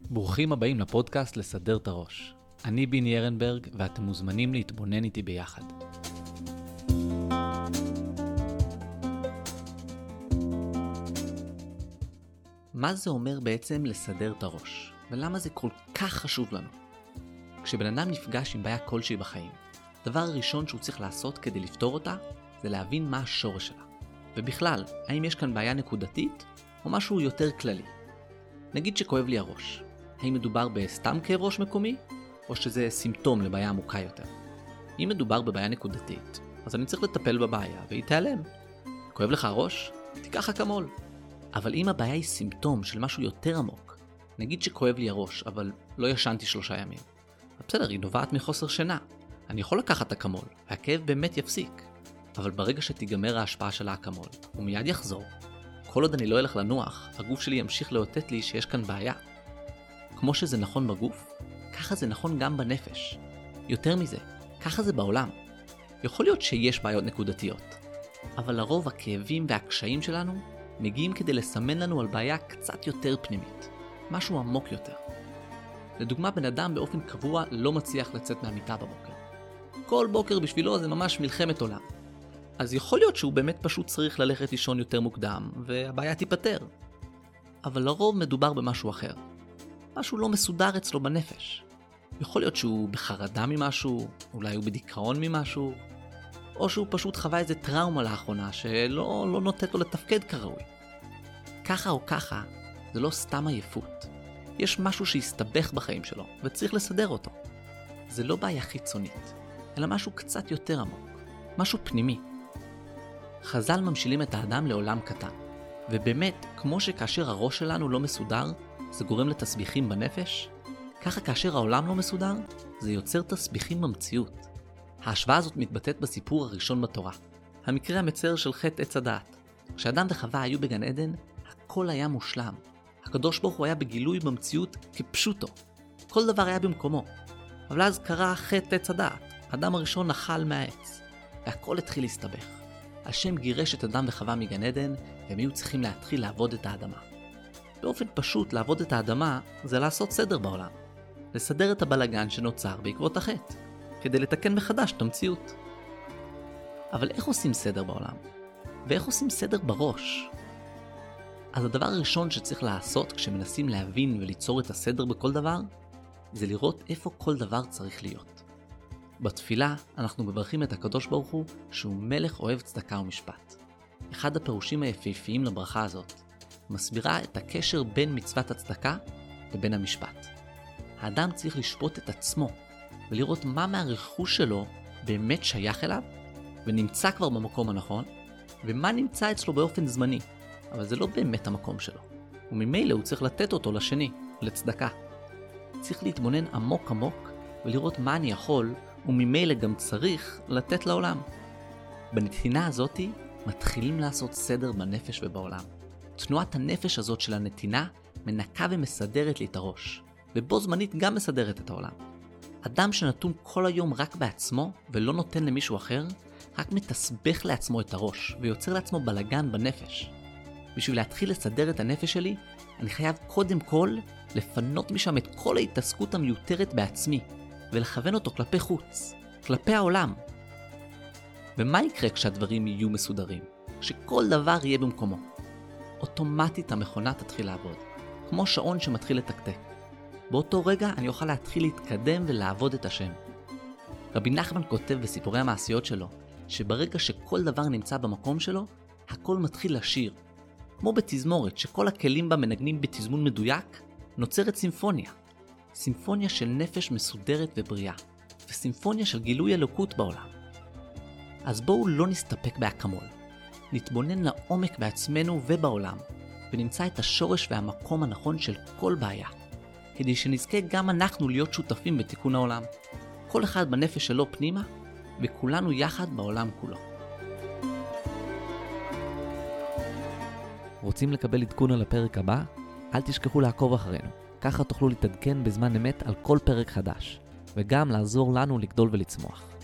ברוכים הבאים לפודקאסט לסדר את הראש. אני ביני ארנברג ואתם מוזמנים להתבונן איתי ביחד. מה זה אומר בעצם לסדר את הראש? ולמה זה כל כך חשוב לנו? כשבן אדם נפגש עם בעיה כלשהי בחיים, הדבר הראשון שהוא צריך לעשות כדי לפתור אותה זה להבין מה השורש שלה. ובכלל, האם יש כאן בעיה נקודתית או משהו יותר כללי? נגיד שכואב לי הראש. האם מדובר בסתם כאב ראש מקומי, או שזה סימפטום לבעיה עמוקה יותר? אם מדובר בבעיה נקודתית, אז אני צריך לטפל בבעיה והיא תיעלם. כואב לך הראש? תיקח אקמול. אבל אם הבעיה היא סימפטום של משהו יותר עמוק, נגיד שכואב לי הראש, אבל לא ישנתי 3 ימים. בסדר, היא נובעת מחוסר שינה. אני יכול לקחת אקמול, והכאב באמת יפסיק. אבל ברגע שתיגמר ההשפעה של האקמול, הוא מיד יחזור. כל עוד אני לא אלך לנוח, הגוף שלי ימשיך לאותת לי שיש כאן בעיה. כמו שזה נכון בגוף, ככה זה נכון גם בנפש. יותר מזה, ככה זה בעולם. יכול להיות שיש בעיות נקודתיות, אבל לרוב הכאבים והקשיים שלנו מגיעים כדי לסמן לנו על בעיה קצת יותר פנימית, משהו עמוק יותר. לדוגמה, בן אדם באופן קבוע לא מצליח לצאת מהמיטה בבוקר. כל בוקר בשבילו זה ממש מלחמת עולם. אז יכול להיות שהוא באמת פשוט צריך ללכת לישון יותר מוקדם, והבעיה תיפטר. אבל לרוב מדובר במשהו אחר. משהו לא מסודר אצלו בנפש. יכול להיות שהוא בחרדה ממשהו, אולי הוא בדיכאון ממשהו, או שהוא פשוט חווה איזה טראומה לאחרונה שלא נותנת לו לתפקד כראוי. ככה או ככה, זה לא סתם עייפות. יש משהו שהסתבך בחיים שלו, וצריך לסדר אותו. זה לא בעיה חיצונית, אלא משהו קצת יותר עמוק, משהו פנימי. חז"ל ממשילים את האדם לעולם קטן, ובאמת, כמו שכאשר הראש שלנו לא מסודר, זה גורם לתסביכים בנפש, ככה כאשר העולם לא מסודר, זה יוצר תסביכים במציאות. ההשוואה הזאת מתבטאת בסיפור הראשון בתורה, המקרה המצער של חטא עץ הדעת. כשאדם וחווה היו בגן עדן, הכל היה מושלם. הקדוש ברוך הוא היה בגילוי במציאות כפשוטו. כל דבר היה במקומו. אבל אז קרה חטא עץ הדעת. האדם הראשון נחל מהעץ, והכל התחיל להסתבך. השם גירש את אדם וחווה מגן עדן, והם היו צריכים להתחיל לעבוד את האדמה. באופן פשוט לעבוד את האדמה זה לעשות סדר בעולם. לסדר את הבלגן שנוצר בעקבות החטא, כדי לתקן מחדש את המציאות. אבל איך עושים סדר בעולם? ואיך עושים סדר בראש? אז הדבר הראשון שצריך לעשות כשמנסים להבין וליצור את הסדר בכל דבר, זה לראות איפה כל דבר צריך להיות. בתפילה אנחנו מברכים את הקדוש ברוך הוא שהוא מלך אוהב צדקה ומשפט. אחד הפירושים היפהפיים לברכה הזאת מסבירה את הקשר בין מצוות הצדקה לבין המשפט. האדם צריך לשפוט את עצמו ולראות מה מהרכוש שלו באמת שייך אליו ונמצא כבר במקום הנכון, ומה נמצא אצלו באופן זמני, אבל זה לא באמת המקום שלו. וממילא הוא צריך לתת אותו לשני, לצדקה. צריך להתבונן עמוק עמוק ולראות מה אני יכול, וממילא גם צריך לתת לעולם. בנתינה הזאת מתחילים לעשות סדר בנפש ובעולם. תנועת הנפש הזאת של הנתינה מנקה ומסדרת לי את הראש, ובו זמנית גם מסדרת את העולם. אדם שנתון כל היום רק בעצמו ולא נותן למישהו אחר, רק מתסבך לעצמו את הראש ויוצר לעצמו בלגן בנפש. בשביל להתחיל לסדר את הנפש שלי, אני חייב קודם כל לפנות משם את כל ההתעסקות המיותרת בעצמי, ולכוון אותו כלפי חוץ, כלפי העולם. ומה יקרה כשהדברים יהיו מסודרים? כשכל דבר יהיה במקומו. אוטומטית המכונה תתחיל לעבוד, כמו שעון שמתחיל לתקתק. באותו רגע אני אוכל להתחיל להתקדם ולעבוד את השם. רבי נחמן כותב בסיפורי המעשיות שלו, שברגע שכל דבר נמצא במקום שלו, הכל מתחיל לשיר. כמו בתזמורת שכל הכלים בה מנגנים בתזמון מדויק, נוצרת סימפוניה. סימפוניה של נפש מסודרת ובריאה, וסימפוניה של גילוי אלוקות בעולם. אז בואו לא נסתפק באקמול. נתבונן לעומק בעצמנו ובעולם, ונמצא את השורש והמקום הנכון של כל בעיה, כדי שנזכה גם אנחנו להיות שותפים בתיקון העולם. כל אחד בנפש שלו פנימה, וכולנו יחד בעולם כולו. רוצים לקבל עדכון על הפרק הבא? אל תשכחו לעקוב אחרינו. ככה תוכלו להתעדכן בזמן אמת על כל פרק חדש, וגם לעזור לנו לגדול ולצמוח.